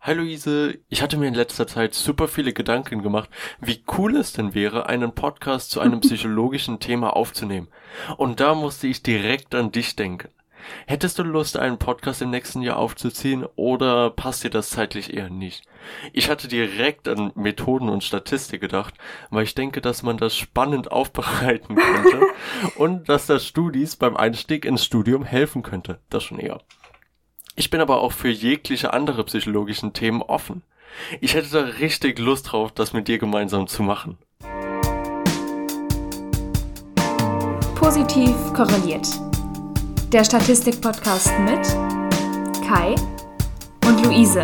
Hi Luise, ich hatte mir in letzter Zeit super viele Gedanken gemacht, wie cool es denn wäre, einen Podcast zu einem psychologischen Thema aufzunehmen. Und da musste ich direkt an dich denken. Hättest du Lust, einen Podcast im nächsten Jahr aufzuziehen oder passt dir das zeitlich eher nicht? Ich hatte direkt an Methoden und Statistik gedacht, weil ich denke, dass man das spannend aufbereiten könnte und dass das Studis beim Einstieg ins Studium helfen könnte. Das schon eher. Ich bin aber auch für jegliche andere psychologischen Themen offen. Ich hätte da richtig Lust drauf, das mit dir gemeinsam zu machen. Positiv korreliert. Der Statistik-Podcast mit Kai und Luise.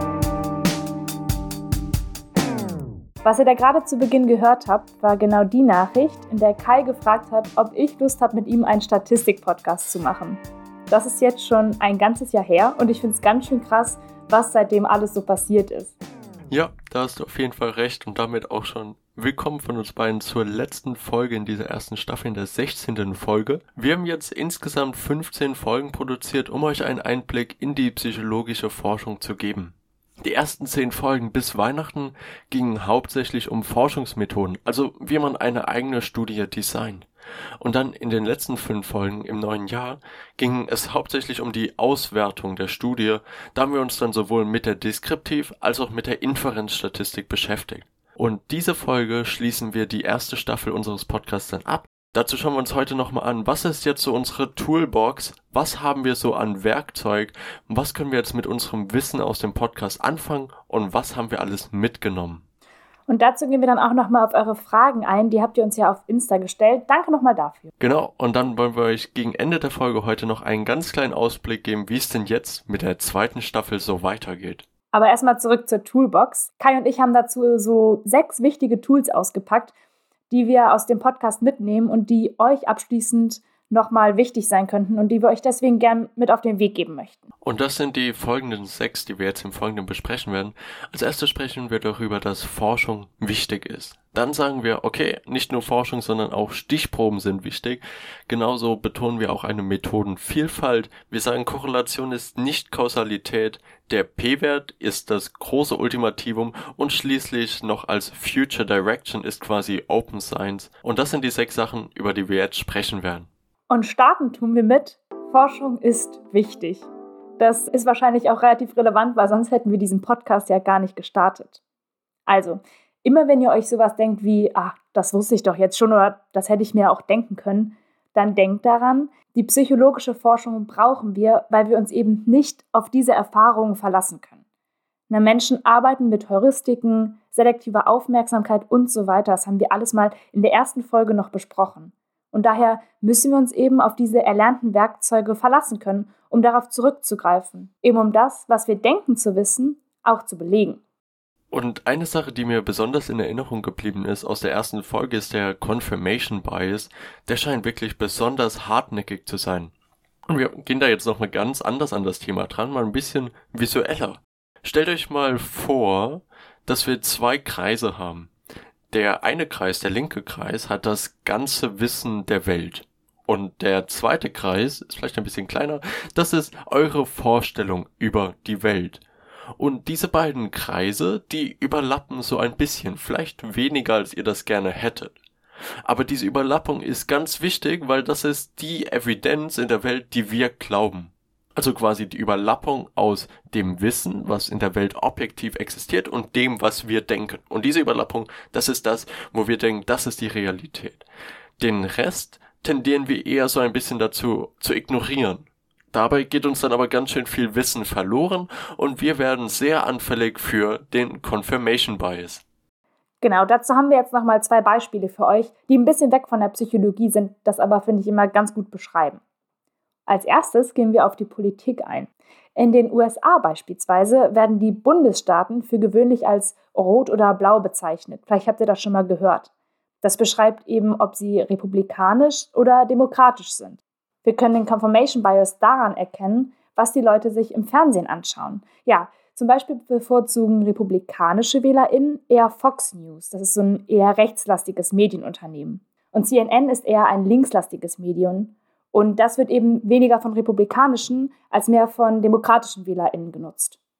Was ihr da gerade zu Beginn gehört habt, war genau die Nachricht, in der Kai gefragt hat, ob ich Lust habe, mit ihm einen Statistik-Podcast zu machen. Das ist jetzt schon ein ganzes Jahr her und ich finde es ganz schön krass, was seitdem alles so passiert ist. Ja, da hast du auf jeden Fall recht und damit auch schon willkommen von uns beiden zur letzten Folge in dieser ersten Staffel, in der 16. Folge. Wir haben jetzt insgesamt 15 Folgen produziert, um euch einen Einblick in die psychologische Forschung zu geben. Die ersten 10 Folgen bis Weihnachten gingen hauptsächlich um Forschungsmethoden, also wie man eine eigene Studie designt. Und dann in den letzten 5 Folgen im neuen Jahr ging es hauptsächlich um die Auswertung der Studie, da haben wir uns dann sowohl mit der Deskriptiv- als auch mit der Inferenzstatistik beschäftigt. Und diese Folge schließen wir die erste Staffel unseres Podcasts dann ab. Dazu schauen wir uns heute nochmal an, was ist jetzt so unsere Toolbox, was haben wir so an Werkzeug, was können wir jetzt mit unserem Wissen aus dem Podcast anfangen und was haben wir alles mitgenommen. Und dazu gehen wir dann auch nochmal auf eure Fragen ein, die habt ihr uns ja auf Insta gestellt. Danke nochmal dafür. Genau, und dann wollen wir euch gegen Ende der Folge heute noch einen ganz kleinen Ausblick geben, wie es denn jetzt mit der zweiten Staffel so weitergeht. Aber erstmal zurück zur Toolbox. Kai und ich haben dazu so 6 wichtige Tools ausgepackt, die wir aus dem Podcast mitnehmen und die euch abschließend nochmal wichtig sein könnten und die wir euch deswegen gern mit auf den Weg geben möchten. Und das sind die folgenden 6, die wir jetzt im Folgenden besprechen werden. Als erstes sprechen wir darüber, dass Forschung wichtig ist. Dann sagen wir, okay, nicht nur Forschung, sondern auch Stichproben sind wichtig. Genauso betonen wir auch eine Methodenvielfalt. Wir sagen, Korrelation ist nicht Kausalität. Der P-Wert ist das große Ultimativum und schließlich noch als Future Direction ist quasi Open Science. Und das sind die 6 Sachen, über die wir jetzt sprechen werden. Und starten tun wir mit, Forschung ist wichtig. Das ist wahrscheinlich auch relativ relevant, weil sonst hätten wir diesen Podcast ja gar nicht gestartet. Also, immer wenn ihr euch sowas denkt wie, das wusste ich doch jetzt schon oder das hätte ich mir auch denken können, dann denkt daran, die psychologische Forschung brauchen wir, weil wir uns eben nicht auf diese Erfahrungen verlassen können. Menschen arbeiten mit Heuristiken, selektiver Aufmerksamkeit und so weiter. Das haben wir alles mal in der ersten Folge noch besprochen. Und daher müssen wir uns eben auf diese erlernten Werkzeuge verlassen können, um darauf zurückzugreifen. Eben um das, was wir denken zu wissen, auch zu belegen. Und eine Sache, die mir besonders in Erinnerung geblieben ist aus der ersten Folge, ist der Confirmation Bias. Der scheint wirklich besonders hartnäckig zu sein. Und wir gehen da jetzt nochmal ganz anders an das Thema dran, mal ein bisschen visueller. Stellt euch mal vor, dass wir 2 Kreise haben. Der eine Kreis, der linke Kreis, hat das ganze Wissen der Welt. Und der zweite Kreis ist vielleicht ein bisschen kleiner, das ist eure Vorstellung über die Welt. Und diese beiden Kreise, die überlappen so ein bisschen, vielleicht weniger als ihr das gerne hättet. Aber diese Überlappung ist ganz wichtig, weil das ist die Evidenz in der Welt, die wir glauben. Also quasi die Überlappung aus dem Wissen, was in der Welt objektiv existiert und dem, was wir denken. Und diese Überlappung, das ist das, wo wir denken, das ist die Realität. Den Rest tendieren wir eher so ein bisschen dazu zu ignorieren. Dabei geht uns dann aber ganz schön viel Wissen verloren und wir werden sehr anfällig für den Confirmation Bias. Genau, dazu haben wir jetzt nochmal 2 Beispiele für euch, die ein bisschen weg von der Psychologie sind, das aber, finde ich, immer ganz gut beschreiben. Als erstes gehen wir auf die Politik ein. In den USA beispielsweise werden die Bundesstaaten für gewöhnlich als rot oder blau bezeichnet. Vielleicht habt ihr das schon mal gehört. Das beschreibt eben, ob sie republikanisch oder demokratisch sind. Wir können den Confirmation Bias daran erkennen, was die Leute sich im Fernsehen anschauen. Ja, zum Beispiel bevorzugen republikanische WählerInnen eher Fox News. Das ist so ein eher rechtslastiges Medienunternehmen. Und CNN ist eher ein linkslastiges Medium. Und das wird eben weniger von republikanischen als mehr von demokratischen WählerInnen genutzt.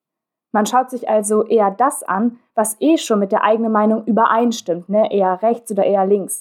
Man schaut sich also eher das an, was schon mit der eigenen Meinung übereinstimmt, eher rechts oder eher links.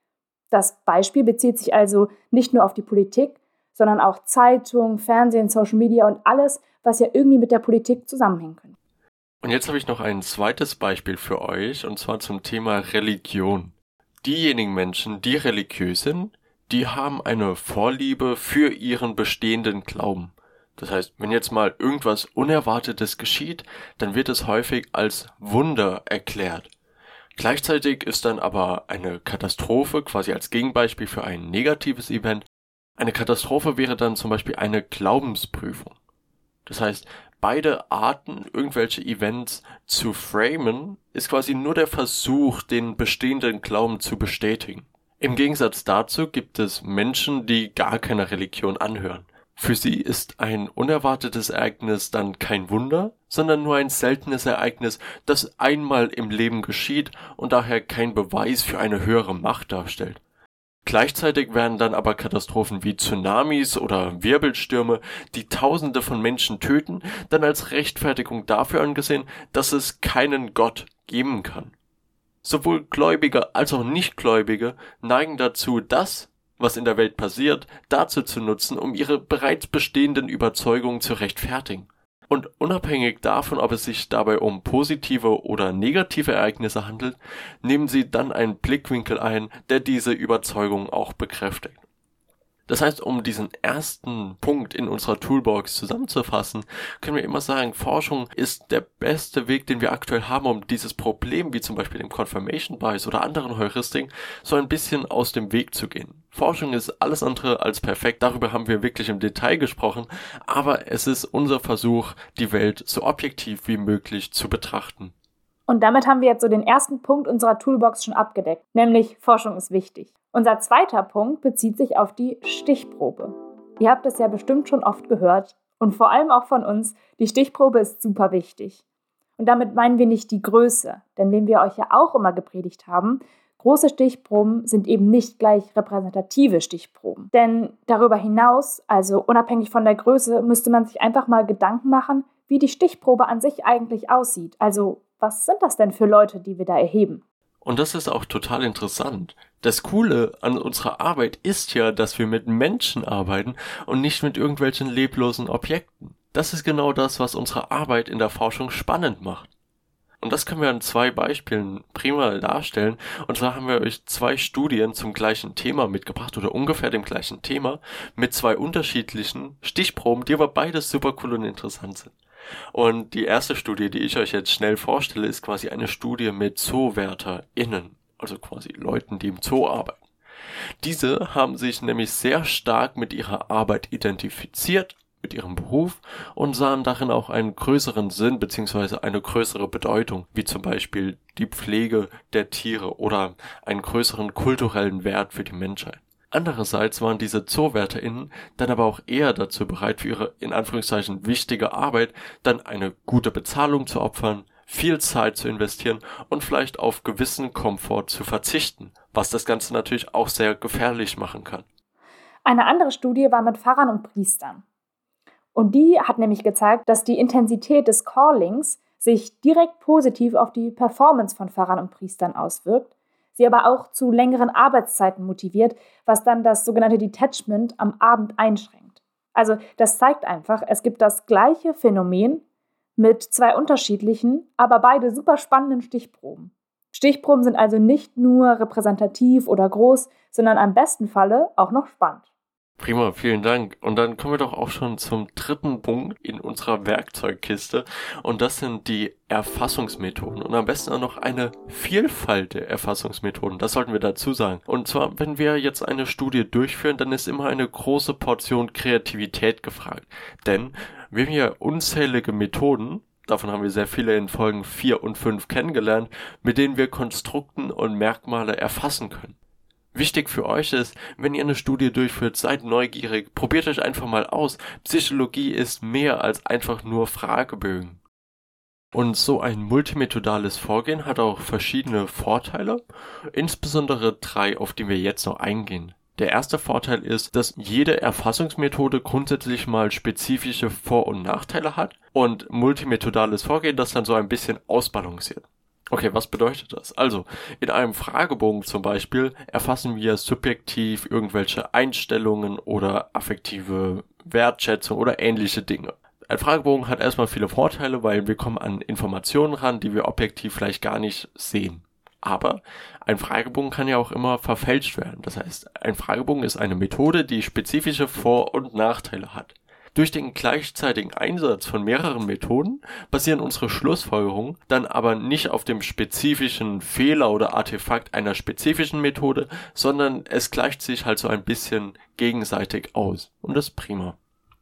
Das Beispiel bezieht sich also nicht nur auf die Politik, sondern auch Zeitung, Fernsehen, Social Media und alles, was ja irgendwie mit der Politik zusammenhängen könnte. Und jetzt habe ich noch ein zweites Beispiel für euch, und zwar zum Thema Religion. Diejenigen Menschen, die religiös sind, die haben eine Vorliebe für ihren bestehenden Glauben. Das heißt, wenn jetzt mal irgendwas Unerwartetes geschieht, dann wird es häufig als Wunder erklärt. Gleichzeitig ist dann aber eine Katastrophe quasi als Gegenbeispiel für ein negatives Event. Eine Katastrophe wäre dann zum Beispiel eine Glaubensprüfung. Das heißt, beide Arten, irgendwelche Events zu framen, ist quasi nur der Versuch, den bestehenden Glauben zu bestätigen. Im Gegensatz dazu gibt es Menschen, die gar keiner Religion anhören. Für sie ist ein unerwartetes Ereignis dann kein Wunder, sondern nur ein seltenes Ereignis, das einmal im Leben geschieht und daher kein Beweis für eine höhere Macht darstellt. Gleichzeitig werden dann aber Katastrophen wie Tsunamis oder Wirbelstürme, die Tausende von Menschen töten, dann als Rechtfertigung dafür angesehen, dass es keinen Gott geben kann. Sowohl Gläubige als auch Nichtgläubige neigen dazu, das, was in der Welt passiert, dazu zu nutzen, um ihre bereits bestehenden Überzeugungen zu rechtfertigen. Und unabhängig davon, ob es sich dabei um positive oder negative Ereignisse handelt, nehmen sie dann einen Blickwinkel ein, der diese Überzeugung auch bekräftigt. Das heißt, um diesen ersten Punkt in unserer Toolbox zusammenzufassen, können wir immer sagen, Forschung ist der beste Weg, den wir aktuell haben, um dieses Problem, wie zum Beispiel dem Confirmation Bias oder anderen Heuristiken, so ein bisschen aus dem Weg zu gehen. Forschung ist alles andere als perfekt, darüber haben wir wirklich im Detail gesprochen, aber es ist unser Versuch, die Welt so objektiv wie möglich zu betrachten. Und damit haben wir jetzt so den ersten Punkt unserer Toolbox schon abgedeckt, nämlich Forschung ist wichtig. Unser zweiter Punkt bezieht sich auf die Stichprobe. Ihr habt es ja bestimmt schon oft gehört und vor allem auch von uns, die Stichprobe ist super wichtig. Und damit meinen wir nicht die Größe, denn wie wir euch ja auch immer gepredigt haben, große Stichproben sind eben nicht gleich repräsentative Stichproben. Denn darüber hinaus, also unabhängig von der Größe, müsste man sich einfach mal Gedanken machen, wie die Stichprobe an sich eigentlich aussieht. Also was sind das denn für Leute, die wir da erheben? Und das ist auch total interessant. Das Coole an unserer Arbeit ist ja, dass wir mit Menschen arbeiten und nicht mit irgendwelchen leblosen Objekten. Das ist genau das, was unsere Arbeit in der Forschung spannend macht. Und das können wir an 2 Beispielen prima darstellen. Und zwar haben wir euch 2 Studien zum gleichen Thema mitgebracht oder ungefähr dem gleichen Thema mit 2 unterschiedlichen Stichproben, die aber beides super cool und interessant sind. Und die erste Studie, die ich euch jetzt schnell vorstelle, ist quasi eine Studie mit ZoowärterInnen, also quasi Leuten, die im Zoo arbeiten. Diese haben sich nämlich sehr stark mit ihrer Arbeit identifiziert, mit ihrem Beruf und sahen darin auch einen größeren Sinn bzw. eine größere Bedeutung, wie zum Beispiel die Pflege der Tiere oder einen größeren kulturellen Wert für die Menschheit. Andererseits waren diese ZoowärterInnen dann aber auch eher dazu bereit, für ihre in Anführungszeichen wichtige Arbeit dann eine gute Bezahlung zu opfern, viel Zeit zu investieren und vielleicht auf gewissen Komfort zu verzichten, was das Ganze natürlich auch sehr gefährlich machen kann. Eine andere Studie war mit Pfarrern und Priestern. Und die hat nämlich gezeigt, dass die Intensität des Callings sich direkt positiv auf die Performance von Pfarrern und Priestern auswirkt, sie aber auch zu längeren Arbeitszeiten motiviert, was dann das sogenannte Detachment am Abend einschränkt. Also das zeigt einfach, es gibt das gleiche Phänomen mit 2 unterschiedlichen, aber beide super spannenden Stichproben. Stichproben sind also nicht nur repräsentativ oder groß, sondern am besten Falle auch noch spannend. Prima, vielen Dank. Und dann kommen wir doch auch schon zum 3. Punkt in unserer Werkzeugkiste. Und das sind die Erfassungsmethoden. Und am besten auch noch eine Vielfalt der Erfassungsmethoden. Das sollten wir dazu sagen. Und zwar, wenn wir jetzt eine Studie durchführen, dann ist immer eine große Portion Kreativität gefragt. Denn wir haben ja unzählige Methoden, davon haben wir sehr viele in Folgen 4 und 5 kennengelernt, mit denen wir Konstrukten und Merkmale erfassen können. Wichtig für euch ist, wenn ihr eine Studie durchführt, seid neugierig, probiert euch einfach mal aus. Psychologie ist mehr als einfach nur Fragebögen. Und so ein multimethodales Vorgehen hat auch verschiedene Vorteile, insbesondere 3, auf die wir jetzt noch eingehen. Der erste Vorteil ist, dass jede Erfassungsmethode grundsätzlich mal spezifische Vor- und Nachteile hat und multimethodales Vorgehen das dann so ein bisschen ausbalanciert. Okay, was bedeutet das? Also, in einem Fragebogen zum Beispiel erfassen wir subjektiv irgendwelche Einstellungen oder affektive Wertschätzung oder ähnliche Dinge. Ein Fragebogen hat erstmal viele Vorteile, weil wir kommen an Informationen ran, die wir objektiv vielleicht gar nicht sehen. Aber ein Fragebogen kann ja auch immer verfälscht werden. Das heißt, ein Fragebogen ist eine Methode, die spezifische Vor- und Nachteile hat. Durch den gleichzeitigen Einsatz von mehreren Methoden basieren unsere Schlussfolgerungen dann aber nicht auf dem spezifischen Fehler oder Artefakt einer spezifischen Methode, sondern es gleicht sich halt so ein bisschen gegenseitig aus. Und das ist prima.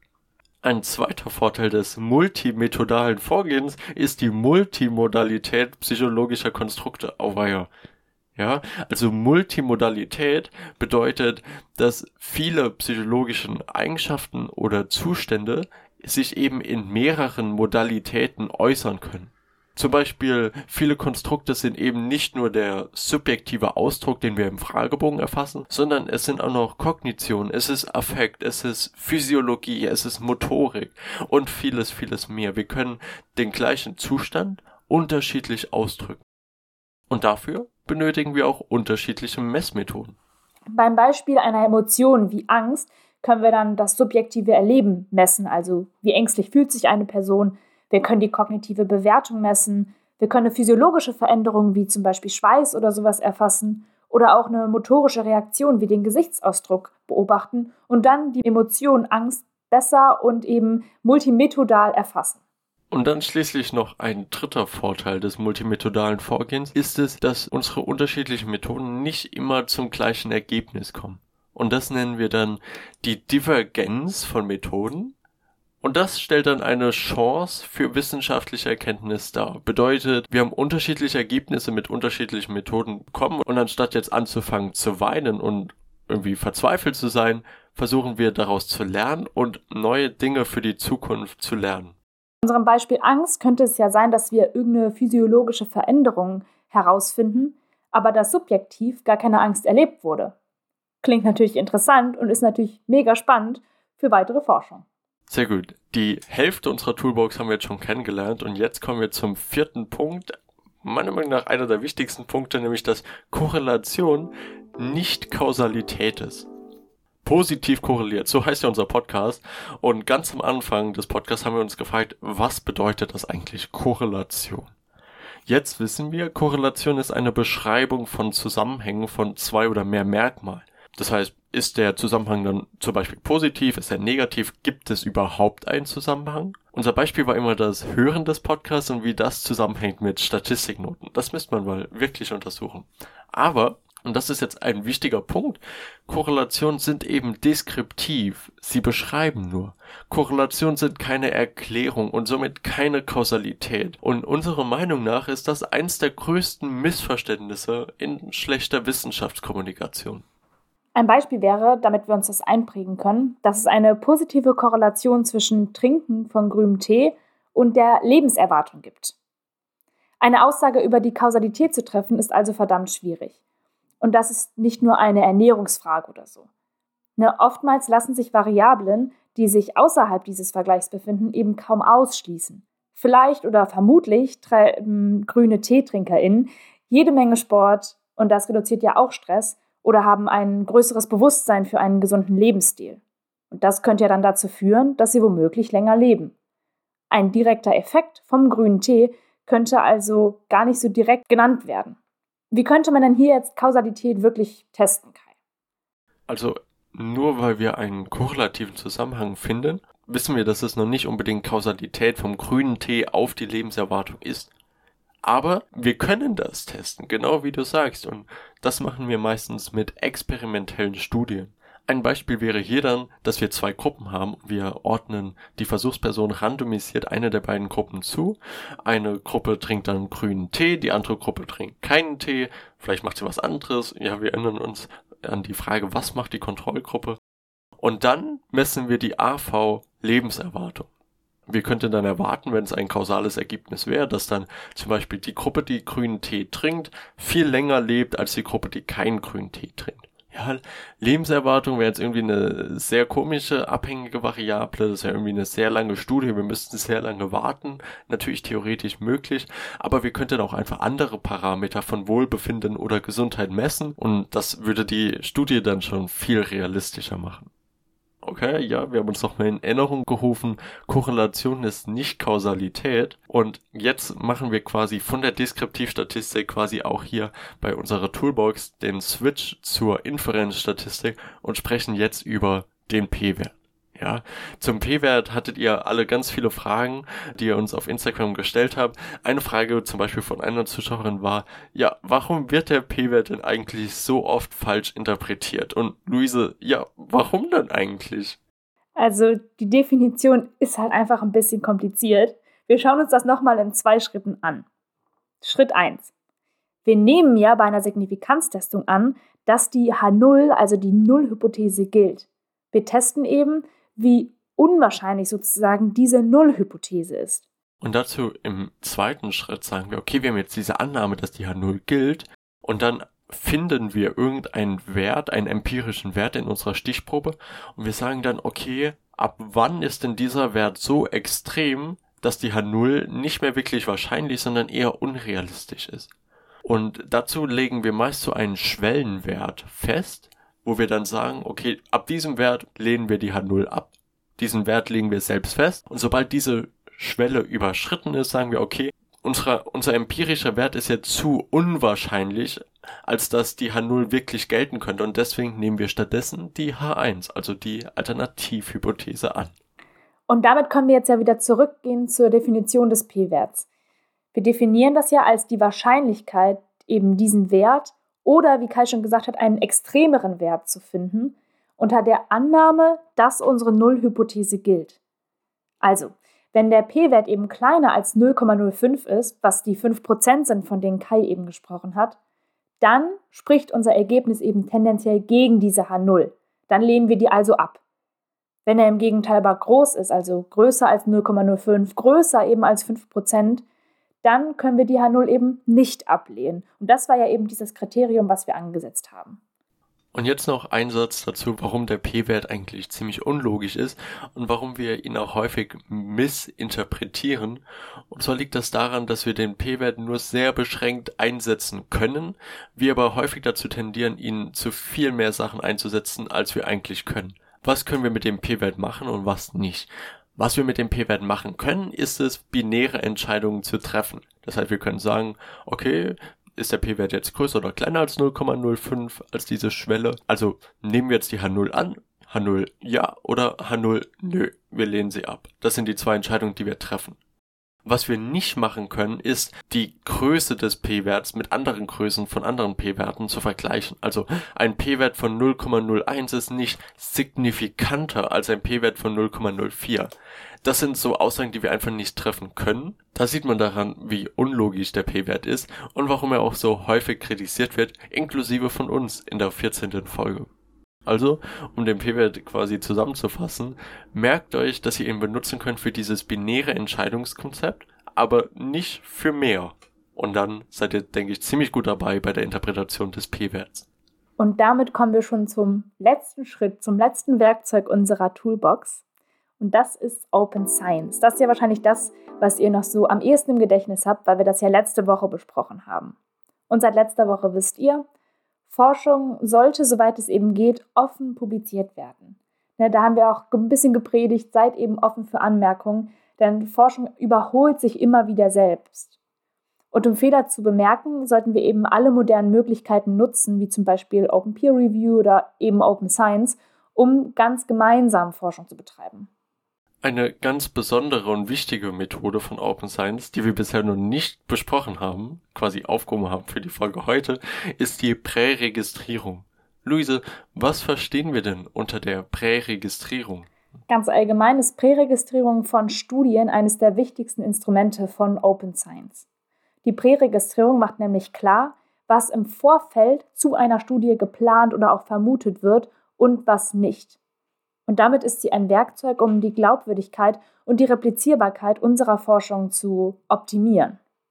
Ein zweiter Vorteil des multimethodalen Vorgehens ist die Multimodalität psychologischer Konstrukte. Auweia. Ja, also Multimodalität bedeutet, dass viele psychologische Eigenschaften oder Zustände sich eben in mehreren Modalitäten äußern können. Zum Beispiel, viele Konstrukte sind eben nicht nur der subjektive Ausdruck, den wir im Fragebogen erfassen, sondern es sind auch noch Kognition, es ist Affekt, es ist Physiologie, es ist Motorik und vieles, vieles mehr. Wir können den gleichen Zustand unterschiedlich ausdrücken. Und dafür benötigen wir auch unterschiedliche Messmethoden. Beim Beispiel einer Emotion wie Angst können wir dann das subjektive Erleben messen, also wie ängstlich fühlt sich eine Person. Wir können die kognitive Bewertung messen. Wir können eine physiologische Veränderung wie zum Beispiel Schweiß oder sowas erfassen oder auch eine motorische Reaktion wie den Gesichtsausdruck beobachten und dann die Emotion Angst besser und eben multimethodal erfassen. Und dann schließlich noch ein dritter Vorteil des multimethodalen Vorgehens ist es, dass unsere unterschiedlichen Methoden nicht immer zum gleichen Ergebnis kommen. Und das nennen wir dann die Divergenz von Methoden. Und das stellt dann eine Chance für wissenschaftliche Erkenntnis dar. Bedeutet, wir haben unterschiedliche Ergebnisse mit unterschiedlichen Methoden bekommen und anstatt jetzt anzufangen zu weinen und irgendwie verzweifelt zu sein, versuchen wir daraus zu lernen und neue Dinge für die Zukunft zu lernen. In unserem Beispiel Angst könnte es ja sein, dass wir irgendeine physiologische Veränderung herausfinden, aber dass subjektiv gar keine Angst erlebt wurde. Klingt natürlich interessant und ist natürlich mega spannend für weitere Forschung. Sehr gut. Die Hälfte unserer Toolbox haben wir jetzt schon kennengelernt und jetzt kommen wir zum vierten Punkt. Meiner Meinung nach einer der wichtigsten Punkte, nämlich dass Korrelation nicht Kausalität ist. Positiv korreliert, so heißt ja unser Podcast. Und ganz am Anfang des Podcasts haben wir uns gefragt, was bedeutet das eigentlich, Korrelation? Jetzt wissen wir, Korrelation ist eine Beschreibung von Zusammenhängen von zwei oder mehr Merkmalen. Das heißt, ist der Zusammenhang dann zum Beispiel positiv, ist er negativ, gibt es überhaupt einen Zusammenhang? Unser Beispiel war immer das Hören des Podcasts und wie das zusammenhängt mit Statistiknoten. Das müsste man mal wirklich untersuchen. Aber, und das ist jetzt ein wichtiger Punkt, Korrelationen sind eben deskriptiv, sie beschreiben nur. Korrelationen sind keine Erklärung und somit keine Kausalität. Und unserer Meinung nach ist das eins der größten Missverständnisse in schlechter Wissenschaftskommunikation. Ein Beispiel wäre, damit wir uns das einprägen können, dass es eine positive Korrelation zwischen Trinken von grünem Tee und der Lebenserwartung gibt. Eine Aussage über die Kausalität zu treffen, ist also verdammt schwierig. Und das ist nicht nur eine Ernährungsfrage oder so. Oftmals lassen sich Variablen, die sich außerhalb dieses Vergleichs befinden, eben kaum ausschließen. Vielleicht oder vermutlich treiben grüne TeetrinkerInnen jede Menge Sport und das reduziert ja auch Stress oder haben ein größeres Bewusstsein für einen gesunden Lebensstil. Und das könnte ja dann dazu führen, dass sie womöglich länger leben. Ein direkter Effekt vom grünen Tee könnte also gar nicht so direkt genannt werden. Wie könnte man denn hier jetzt Kausalität wirklich testen, Kai? Also nur weil wir einen korrelativen Zusammenhang finden, wissen wir, dass es noch nicht unbedingt Kausalität vom grünen Tee auf die Lebenserwartung ist. Aber wir können das testen, genau wie du sagst, und das machen wir meistens mit experimentellen Studien. Ein Beispiel wäre hier dann, dass wir zwei Gruppen haben. Wir ordnen die Versuchsperson randomisiert eine der beiden Gruppen zu. Eine Gruppe trinkt dann grünen Tee, die andere Gruppe trinkt keinen Tee. Vielleicht macht sie was anderes. Ja, wir erinnern uns an die Frage, was macht die Kontrollgruppe? Und dann messen wir die AV-Lebenserwartung. Wir könnten dann erwarten, wenn es ein kausales Ergebnis wäre, dass dann zum Beispiel die Gruppe, die grünen Tee trinkt, viel länger lebt als die Gruppe, die keinen grünen Tee trinkt. Ja, Lebenserwartung wäre jetzt irgendwie eine sehr komische, abhängige Variable. Das wäre irgendwie eine sehr lange Studie. Wir müssten sehr lange warten. Natürlich theoretisch möglich. Aber wir könnten auch einfach andere Parameter von Wohlbefinden oder Gesundheit messen. Und das würde die Studie dann schon viel realistischer machen. Okay, ja, wir haben uns nochmal in Erinnerung gerufen, Korrelation ist nicht Kausalität und jetzt machen wir quasi von der Deskriptivstatistik quasi auch hier bei unserer Toolbox den Switch zur Inferenzstatistik und sprechen jetzt über den P-Wert. Ja, zum P-Wert hattet ihr alle ganz viele Fragen, die ihr uns auf Instagram gestellt habt. Eine Frage zum Beispiel von einer Zuschauerin war, ja, warum wird der P-Wert denn eigentlich so oft falsch interpretiert? Und Luise, ja, warum denn eigentlich? Also die Definition ist halt einfach ein bisschen kompliziert. Wir schauen uns das nochmal in 2 Schritten an. Schritt 1. Wir nehmen ja bei einer Signifikanztestung an, dass die H0, also die Nullhypothese, gilt. Wir testen eben, wie unwahrscheinlich sozusagen diese Nullhypothese ist. Und dazu im zweiten Schritt sagen wir, okay, wir haben jetzt diese Annahme, dass die H0 gilt und dann finden wir irgendeinen Wert, einen empirischen Wert in unserer Stichprobe und wir sagen dann, okay, ab wann ist denn dieser Wert so extrem, dass die H0 nicht mehr wirklich wahrscheinlich, sondern eher unrealistisch ist. Und dazu legen wir meist so einen Schwellenwert fest, wo wir dann sagen, okay, ab diesem Wert lehnen wir die H0 ab. Diesen Wert legen wir selbst fest. Und sobald diese Schwelle überschritten ist, sagen wir, okay, unser empirischer Wert ist jetzt zu unwahrscheinlich, als dass die H0 wirklich gelten könnte. Und deswegen nehmen wir stattdessen die H1, also die Alternativhypothese an. Und damit können wir jetzt ja wieder zurückgehen zur Definition des P-Werts. Wir definieren das ja als die Wahrscheinlichkeit, eben diesen Wert oder, wie Kai schon gesagt hat, einen extremeren Wert zu finden, unter der Annahme, dass unsere Nullhypothese gilt. Also, wenn der P-Wert eben kleiner als 0,05 ist, was die 5% sind, von denen Kai eben gesprochen hat, dann spricht unser Ergebnis eben tendenziell gegen diese H0. Dann lehnen wir die also ab. Wenn er im Gegenteil aber groß ist, also größer als 0,05, größer eben als 5%, dann können wir die H0 eben nicht ablehnen. Und das war ja eben dieses Kriterium, was wir angesetzt haben. Und jetzt noch ein Satz dazu, warum der P-Wert eigentlich ziemlich unlogisch ist und warum wir ihn auch häufig missinterpretieren. Und zwar liegt das daran, dass wir den P-Wert nur sehr beschränkt einsetzen können, wir aber häufig dazu tendieren, ihn zu viel mehr Sachen einzusetzen, als wir eigentlich können. Was können wir mit dem P-Wert machen und was nicht? Was wir mit dem P-Wert machen können, ist es, binäre Entscheidungen zu treffen. Das heißt, wir können sagen, okay, ist der P-Wert jetzt größer oder kleiner als 0,05, als diese Schwelle? Also nehmen wir jetzt die H0 an, H0 ja oder H0 nö, wir lehnen sie ab. Das sind die 2 Entscheidungen, die wir treffen. Was wir nicht machen können, ist die Größe des P-Werts mit anderen Größen von anderen P-Werten zu vergleichen. Also ein P-Wert von 0,01 ist nicht signifikanter als ein P-Wert von 0,04. Das sind so Aussagen, die wir einfach nicht treffen können. Da sieht man daran, wie unlogisch der P-Wert ist und warum er auch so häufig kritisiert wird, inklusive von uns in der 14. Folge. Also, um den P-Wert quasi zusammenzufassen, merkt euch, dass ihr ihn benutzen könnt für dieses binäre Entscheidungskonzept, aber nicht für mehr. Und dann seid ihr, denke ich, ziemlich gut dabei bei der Interpretation des P-Werts. Und damit kommen wir schon zum letzten Schritt, zum letzten Werkzeug unserer Toolbox. Und das ist Open Science. Das ist ja wahrscheinlich das, was ihr noch so am ehesten im Gedächtnis habt, weil wir das ja letzte Woche besprochen haben. Und seit letzter Woche wisst ihr, Forschung sollte, soweit es eben geht, offen publiziert werden. Da haben wir auch ein bisschen gepredigt, seid eben offen für Anmerkungen, denn Forschung überholt sich immer wieder selbst. Und um Fehler zu bemerken, sollten wir eben alle modernen Möglichkeiten nutzen, wie zum Beispiel Open Peer Review oder eben Open Science, um ganz gemeinsam Forschung zu betreiben. Eine ganz besondere und wichtige Methode von Open Science, die wir bisher noch nicht besprochen haben, quasi aufgehoben haben für die Folge heute, ist die Präregistrierung. Luise, was verstehen wir denn unter der Präregistrierung? Ganz allgemein ist Präregistrierung von Studien eines der wichtigsten Instrumente von Open Science. Die Präregistrierung macht nämlich klar, was im Vorfeld zu einer Studie geplant oder auch vermutet wird und was nicht. Und damit ist sie ein Werkzeug, um die Glaubwürdigkeit und die Replizierbarkeit unserer Forschung zu optimieren.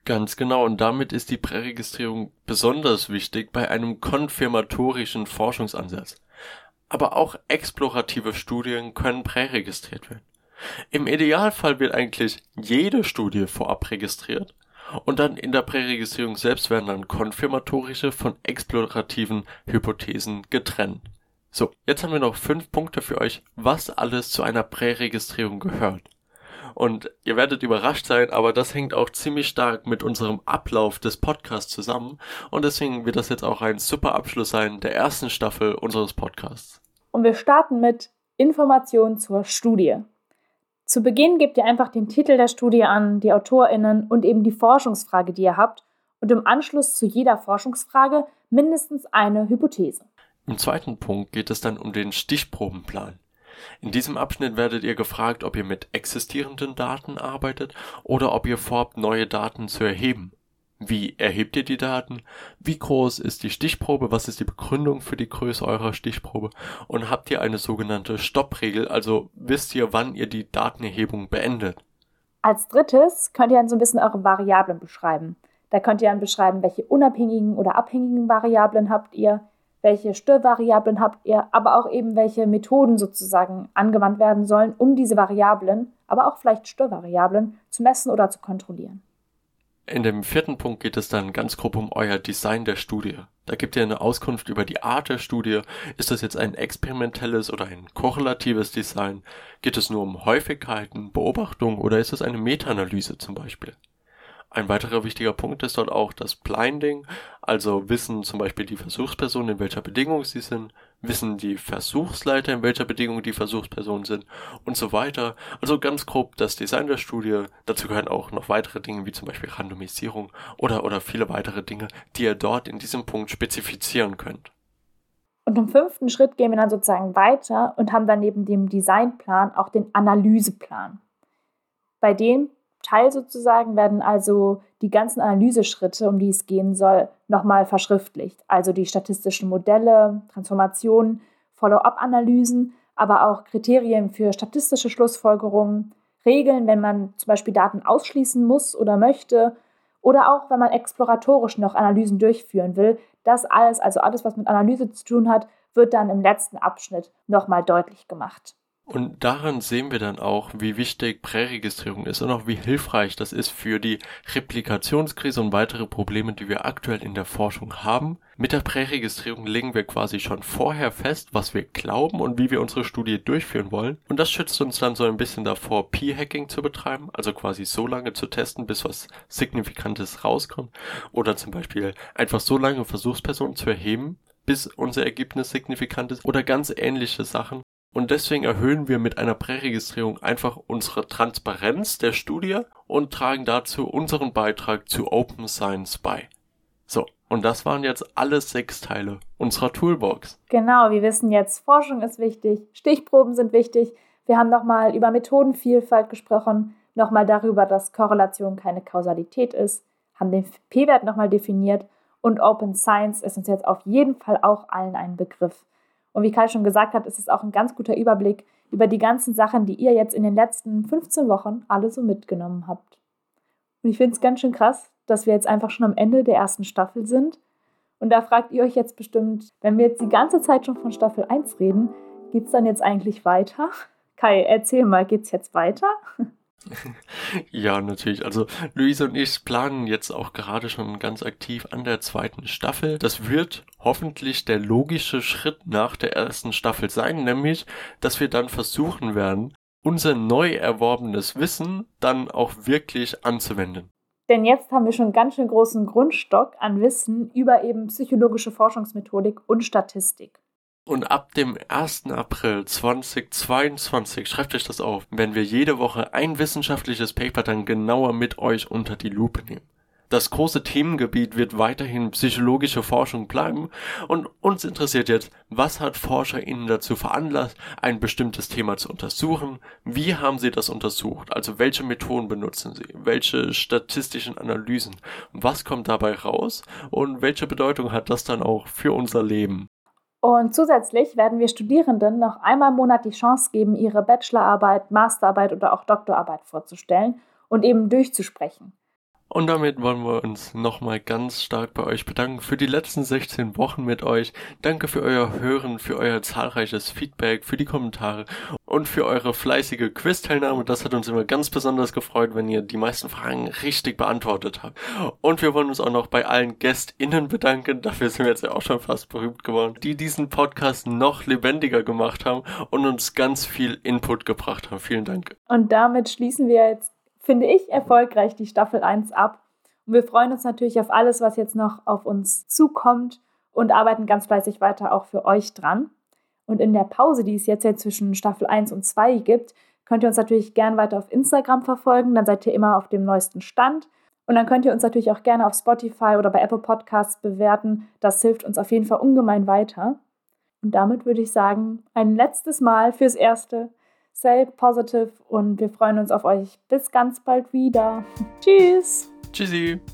Ganz genau, und damit ist die Präregistrierung besonders wichtig bei einem konfirmatorischen Forschungsansatz. Aber auch explorative Studien können präregistriert werden. Im Idealfall wird eigentlich jede Studie vorab registriert und dann in der Präregistrierung selbst werden dann konfirmatorische von explorativen Hypothesen getrennt. So, jetzt haben wir noch 5 Punkte für euch, was alles zu einer Präregistrierung gehört. Und ihr werdet überrascht sein, aber das hängt auch ziemlich stark mit unserem Ablauf des Podcasts zusammen und deswegen wird das jetzt auch ein super Abschluss sein der ersten Staffel unseres Podcasts. Und wir starten mit Informationen zur Studie. Zu Beginn gebt ihr einfach den Titel der Studie an, die AutorInnen und eben die Forschungsfrage, die ihr habt und im Anschluss zu jeder Forschungsfrage mindestens eine Hypothese. Im zweiten Punkt geht es dann um den Stichprobenplan. In diesem Abschnitt werdet ihr gefragt, ob ihr mit existierenden Daten arbeitet oder ob ihr vorhabt, neue Daten zu erheben. Wie erhebt ihr die Daten? Wie groß ist die Stichprobe? Was ist die Begründung für die Größe eurer Stichprobe? Und habt ihr eine sogenannte Stoppregel, also wisst ihr, wann ihr die Datenerhebung beendet? Als drittes könnt ihr dann so ein bisschen eure Variablen beschreiben. Da könnt ihr dann beschreiben, welche unabhängigen oder abhängigen Variablen habt ihr, welche Störvariablen habt ihr, aber auch eben welche Methoden sozusagen angewandt werden sollen, um diese Variablen, aber auch vielleicht Störvariablen zu messen oder zu kontrollieren. In dem vierten Punkt geht es dann ganz grob um euer Design der Studie. Da gebt ihr eine Auskunft über die Art der Studie. Ist das jetzt ein experimentelles oder ein korrelatives Design? Geht es nur um Häufigkeiten, Beobachtungen oder ist es eine Meta-Analyse zum Beispiel? Ein weiterer wichtiger Punkt ist dort auch das Blinding, also wissen zum Beispiel die Versuchspersonen, in welcher Bedingung sie sind, wissen die Versuchsleiter, in welcher Bedingung die Versuchspersonen sind und so weiter. Also ganz grob das Design der Studie. Dazu gehören auch noch weitere Dinge wie zum Beispiel Randomisierung oder viele weitere Dinge, die ihr dort in diesem Punkt spezifizieren könnt. Und im 5. Schritt gehen wir dann sozusagen weiter und haben dann neben dem Designplan auch den Analyseplan. Bei dem Teil sozusagen werden also die ganzen Analyseschritte, um die es gehen soll, nochmal verschriftlicht. Also die statistischen Modelle, Transformationen, Follow-up-Analysen, aber auch Kriterien für statistische Schlussfolgerungen, Regeln, wenn man zum Beispiel Daten ausschließen muss oder möchte oder auch, wenn man exploratorisch noch Analysen durchführen will. Das alles, also alles, was mit Analyse zu tun hat, wird dann im letzten Abschnitt nochmal deutlich gemacht. Und daran sehen wir dann auch, wie wichtig Präregistrierung ist und auch wie hilfreich das ist für die Replikationskrise und weitere Probleme, die wir aktuell in der Forschung haben. Mit der Präregistrierung legen wir quasi schon vorher fest, was wir glauben und wie wir unsere Studie durchführen wollen. Und das schützt uns dann so ein bisschen davor, P-Hacking zu betreiben, also quasi so lange zu testen, bis was Signifikantes rauskommt. Oder zum Beispiel einfach so lange Versuchspersonen zu erheben, bis unser Ergebnis signifikant ist. Oder ganz ähnliche Sachen. Und deswegen erhöhen wir mit einer Präregistrierung einfach unsere Transparenz der Studie und tragen dazu unseren Beitrag zu Open Science bei. So, und das waren jetzt alle 6 Teile unserer Toolbox. Genau, wir wissen jetzt, Forschung ist wichtig, Stichproben sind wichtig. Wir haben nochmal über Methodenvielfalt gesprochen, nochmal darüber, dass Korrelation keine Kausalität ist, haben den P-Wert nochmal definiert und Open Science ist uns jetzt auf jeden Fall auch allen ein Begriff. Und wie Kai schon gesagt hat, ist es auch ein ganz guter Überblick über die ganzen Sachen, die ihr jetzt in den letzten 15 Wochen alle so mitgenommen habt. Und ich finde es ganz schön krass, dass wir jetzt einfach schon am Ende der ersten Staffel sind. Und da fragt ihr euch jetzt bestimmt, wenn wir jetzt die ganze Zeit schon von Staffel 1 reden, geht es dann jetzt eigentlich weiter? Kai, erzähl mal, geht's jetzt weiter? Ja, natürlich. Also Luise und ich planen jetzt auch gerade schon ganz aktiv an der 2. Staffel. Das wird hoffentlich der logische Schritt nach der ersten Staffel sein, nämlich, dass wir dann versuchen werden, unser neu erworbenes Wissen dann auch wirklich anzuwenden. Denn jetzt haben wir schon einen ganz schön großen Grundstock an Wissen über eben psychologische Forschungsmethodik und Statistik. Und ab dem 1. April 2022, schreibt euch das auf, werden wir jede Woche ein wissenschaftliches Paper dann genauer mit euch unter die Lupe nehmen. Das große Themengebiet wird weiterhin psychologische Forschung bleiben und uns interessiert jetzt, was hat ForscherInnen dazu veranlasst, ein bestimmtes Thema zu untersuchen? Wie haben sie das untersucht? Also welche Methoden benutzen sie? Welche statistischen Analysen? Was kommt dabei raus? Und welche Bedeutung hat das dann auch für unser Leben? Und zusätzlich werden wir Studierenden noch einmal im Monat die Chance geben, ihre Bachelorarbeit, Masterarbeit oder auch Doktorarbeit vorzustellen und eben durchzusprechen. Und damit wollen wir uns nochmal ganz stark bei euch bedanken für die letzten 16 Wochen mit euch. Danke für euer Hören, für euer zahlreiches Feedback, für die Kommentare und für eure fleißige Quiz-Teilnahme. Das hat uns immer ganz besonders gefreut, wenn ihr die meisten Fragen richtig beantwortet habt. Und wir wollen uns auch noch bei allen GästInnen bedanken, dafür sind wir jetzt ja auch schon fast berühmt geworden, die diesen Podcast noch lebendiger gemacht haben und uns ganz viel Input gebracht haben. Vielen Dank. Und damit schließen wir jetzt, finde ich, erfolgreich die Staffel 1 ab. Und wir freuen uns natürlich auf alles, was jetzt noch auf uns zukommt und arbeiten ganz fleißig weiter auch für euch dran. Und in der Pause, die es jetzt ja zwischen Staffel 1 und 2 gibt, könnt ihr uns natürlich gern weiter auf Instagram verfolgen. Dann seid ihr immer auf dem neuesten Stand. Und dann könnt ihr uns natürlich auch gerne auf Spotify oder bei Apple Podcasts bewerten. Das hilft uns auf jeden Fall ungemein weiter. Und damit würde ich sagen, ein letztes Mal fürs Erste. Stay positive und wir freuen uns auf euch. Bis ganz bald wieder. Tschüss. Tschüssi.